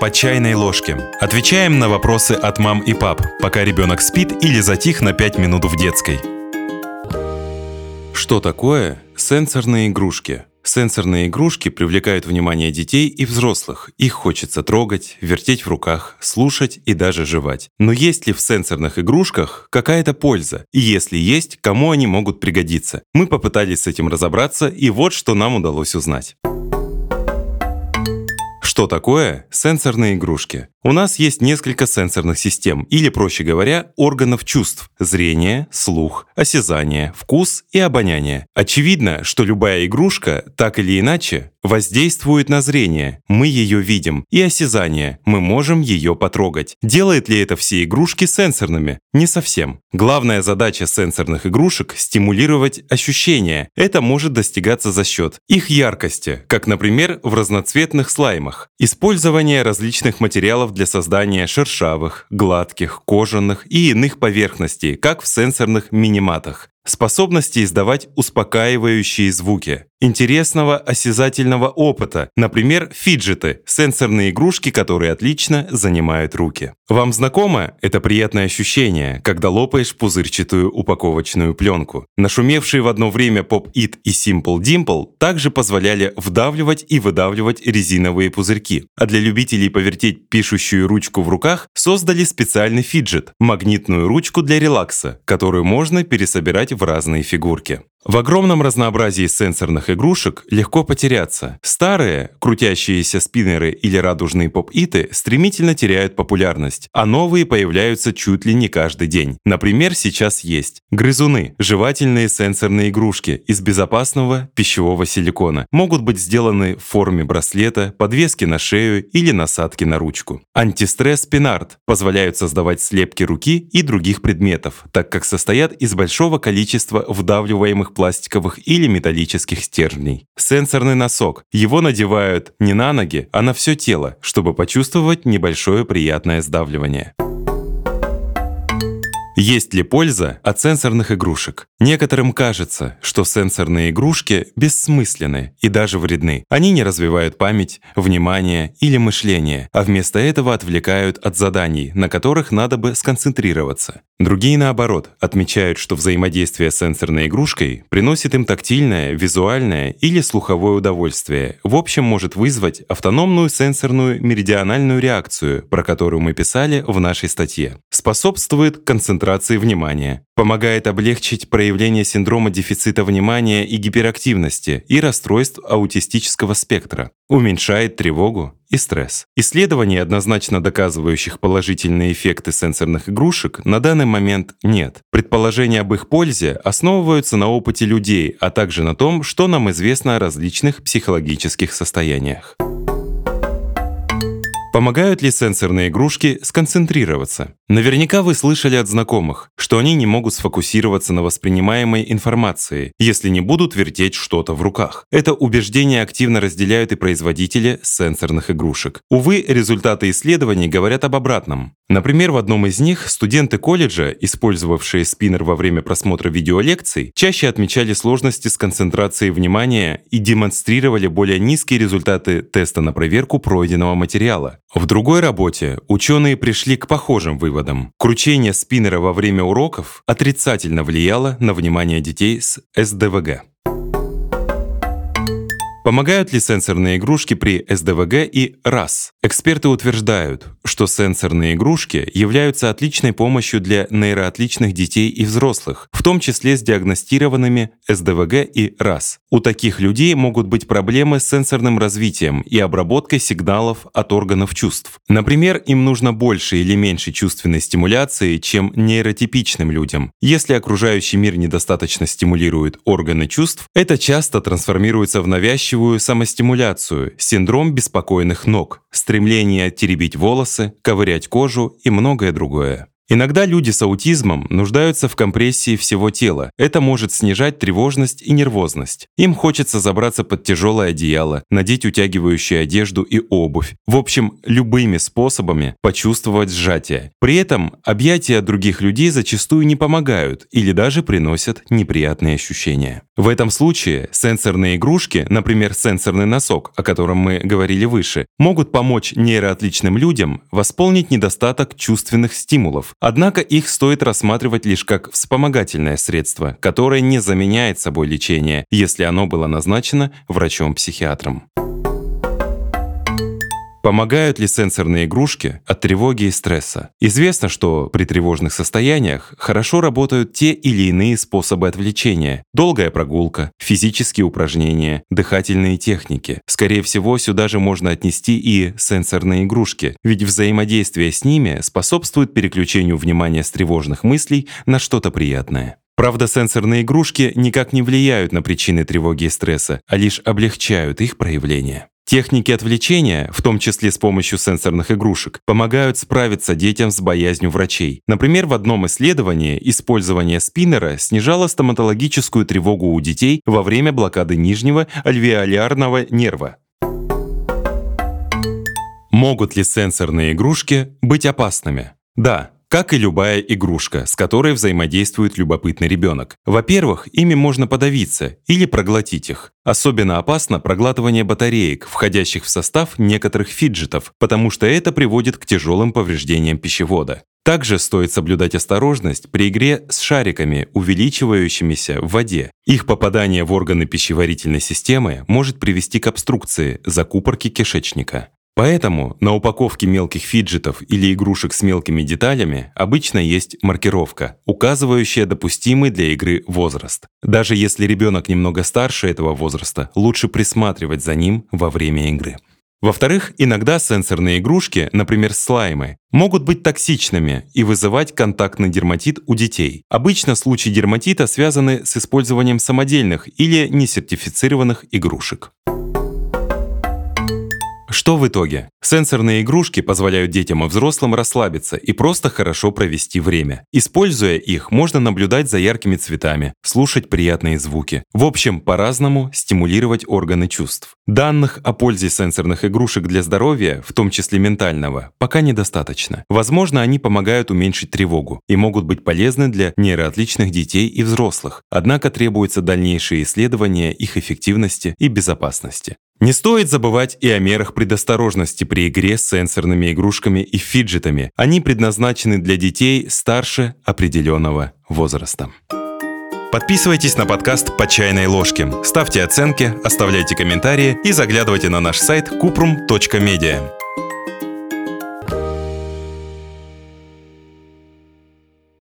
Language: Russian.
По чайной ложке. Отвечаем на вопросы от мам и пап, пока ребенок спит или затих на 5 минут в детской. Что такое сенсорные игрушки? Сенсорные игрушки привлекают внимание детей и взрослых. Их хочется трогать, вертеть в руках, слушать и даже жевать. Но есть ли в сенсорных игрушках какая-то польза? И если есть, кому они могут пригодиться? Мы попытались с этим разобраться, и вот что нам удалось узнать. Что такое сенсорные игрушки? У нас есть несколько сенсорных систем, или, проще говоря, органов чувств – зрение, слух, осязание, вкус и обоняние. Очевидно, что любая игрушка, так или иначе, воздействует на зрение, мы ее видим, и осязание, мы можем ее потрогать. Делает ли это все игрушки сенсорными? Не совсем. Главная задача сенсорных игрушек – стимулировать ощущения. Это может достигаться за счет их яркости, как, например, в разноцветных слаймах, использование различных материалов для создания шершавых, гладких, кожаных и иных поверхностей, как в сенсорных миниматах, способности издавать успокаивающие звуки, интересного осязательного опыта, например, фиджеты, сенсорные игрушки, которые отлично занимают руки. Вам знакомо это приятное ощущение, когда лопаешь пузырчатую упаковочную пленку? Нашумевшие в одно время Pop-It и Simple Dimple также позволяли вдавливать и выдавливать резиновые пузырьки. А для любителей повертеть пишущую ручку в руках создали специальный фиджет – магнитную ручку для релакса, которую можно пересобирать в разные фигурки. В огромном разнообразии сенсорных игрушек легко потеряться. Старые, крутящиеся спиннеры или радужные поп-иты стремительно теряют популярность, а новые появляются чуть ли не каждый день. Например, сейчас есть грызуны – жевательные сенсорные игрушки из безопасного пищевого силикона. Могут быть сделаны в форме браслета, подвески на шею или насадки на ручку. Антистресс пенарт позволяют создавать слепки руки и других предметов, так как состоят из большого количества вдавливаемых пластиковых или металлических стержней. Сенсорный носок. Его надевают не на ноги, а на все тело, чтобы почувствовать небольшое приятное сдавливание. Есть ли польза от сенсорных игрушек? Некоторым кажется, что сенсорные игрушки бессмысленны и даже вредны. Они не развивают память, внимание или мышление, а вместо этого отвлекают от заданий, на которых надо бы сконцентрироваться. Другие, наоборот, отмечают, что взаимодействие с сенсорной игрушкой приносит им тактильное, визуальное или слуховое удовольствие. В общем, может вызвать автономную сенсорную меридиональную реакцию, про которую мы писали в нашей статье. Способствует концентрации внимания, помогает облегчить проявление синдрома дефицита внимания и гиперактивности и расстройств аутистического спектра, уменьшает тревогу и стресс. Исследований, однозначно доказывающих положительные эффекты сенсорных игрушек, на данный момент нет. Предположения об их пользе основываются на опыте людей, а также на том, что нам известно о различных психологических состояниях. Помогают ли сенсорные игрушки сконцентрироваться? Наверняка вы слышали от знакомых, что они не могут сфокусироваться на воспринимаемой информации, если не будут вертеть что-то в руках. Это убеждение активно разделяют и производители сенсорных игрушек. Увы, результаты исследований говорят об обратном. Например, в одном из них студенты колледжа, использовавшие спиннер во время просмотра видеолекций, чаще отмечали сложности с концентрацией внимания и демонстрировали более низкие результаты теста на проверку пройденного материала. В другой работе ученые пришли к похожим выводам. Кручение спиннера во время уроков отрицательно влияло на внимание детей с СДВГ. Помогают ли сенсорные игрушки при СДВГ и РАС? Эксперты утверждают, что сенсорные игрушки являются отличной помощью для нейроотличных детей и взрослых, в том числе с диагностированными СДВГ и РАС. У таких людей могут быть проблемы с сенсорным развитием и обработкой сигналов от органов чувств. Например, им нужно больше или меньше чувственной стимуляции, чем нейротипичным людям. Если окружающий мир недостаточно стимулирует органы чувств, это часто трансформируется в навязчивую самостимуляцию, синдром беспокойных ног, стремление теребить волосы, ковырять кожу и многое другое. Иногда люди с аутизмом нуждаются в компрессии всего тела. Это может снижать тревожность и нервозность. Им хочется забраться под тяжелое одеяло, надеть утягивающую одежду и обувь. В общем, любыми способами почувствовать сжатие. При этом объятия других людей зачастую не помогают или даже приносят неприятные ощущения. В этом случае сенсорные игрушки, например, сенсорный носок, о котором мы говорили выше, могут помочь нейроотличным людям восполнить недостаток чувственных стимулов. Однако их стоит рассматривать лишь как вспомогательное средство, которое не заменяет собой лечение, если оно было назначено врачом-психиатром. Помогают ли сенсорные игрушки от тревоги и стресса? Известно, что при тревожных состояниях хорошо работают те или иные способы отвлечения. Долгая прогулка, физические упражнения, дыхательные техники. Скорее всего, сюда же можно отнести и сенсорные игрушки, ведь взаимодействие с ними способствует переключению внимания с тревожных мыслей на что-то приятное. Правда, сенсорные игрушки никак не влияют на причины тревоги и стресса, а лишь облегчают их проявление. Техники отвлечения, в том числе с помощью сенсорных игрушек, помогают справиться детям с боязнью врачей. Например, в одном исследовании использование спиннера снижало стоматологическую тревогу у детей во время блокады нижнего альвеолярного нерва. Могут ли сенсорные игрушки быть опасными? Да. Как и любая игрушка, с которой взаимодействует любопытный ребенок. Во-первых, ими можно подавиться или проглотить их. Особенно опасно проглатывание батареек, входящих в состав некоторых фиджетов, потому что это приводит к тяжелым повреждениям пищевода. Также стоит соблюдать осторожность при игре с шариками, увеличивающимися в воде. Их попадание в органы пищеварительной системы может привести к обструкции, закупорке кишечника. Поэтому на упаковке мелких фиджетов или игрушек с мелкими деталями обычно есть маркировка, указывающая допустимый для игры возраст. Даже если ребенок немного старше этого возраста, лучше присматривать за ним во время игры. Во-вторых, иногда сенсорные игрушки, например, слаймы, могут быть токсичными и вызывать контактный дерматит у детей. Обычно случаи дерматита связаны с использованием самодельных или несертифицированных игрушек. Что в итоге? Сенсорные игрушки позволяют детям и взрослым расслабиться и просто хорошо провести время. Используя их, можно наблюдать за яркими цветами, слушать приятные звуки. В общем, по-разному стимулировать органы чувств. Данных о пользе сенсорных игрушек для здоровья, в том числе ментального, пока недостаточно. Возможно, они помогают уменьшить тревогу и могут быть полезны для нейроотличных детей и взрослых. Однако требуются дальнейшие исследования их эффективности и безопасности. Не стоит забывать и о мерах предосторожности при игре с сенсорными игрушками и фиджетами. Они предназначены для детей старше определенного возраста. Подписывайтесь на подкаст «По чайной ложке», ставьте оценки, оставляйте комментарии и заглядывайте на наш сайт kuprum.media.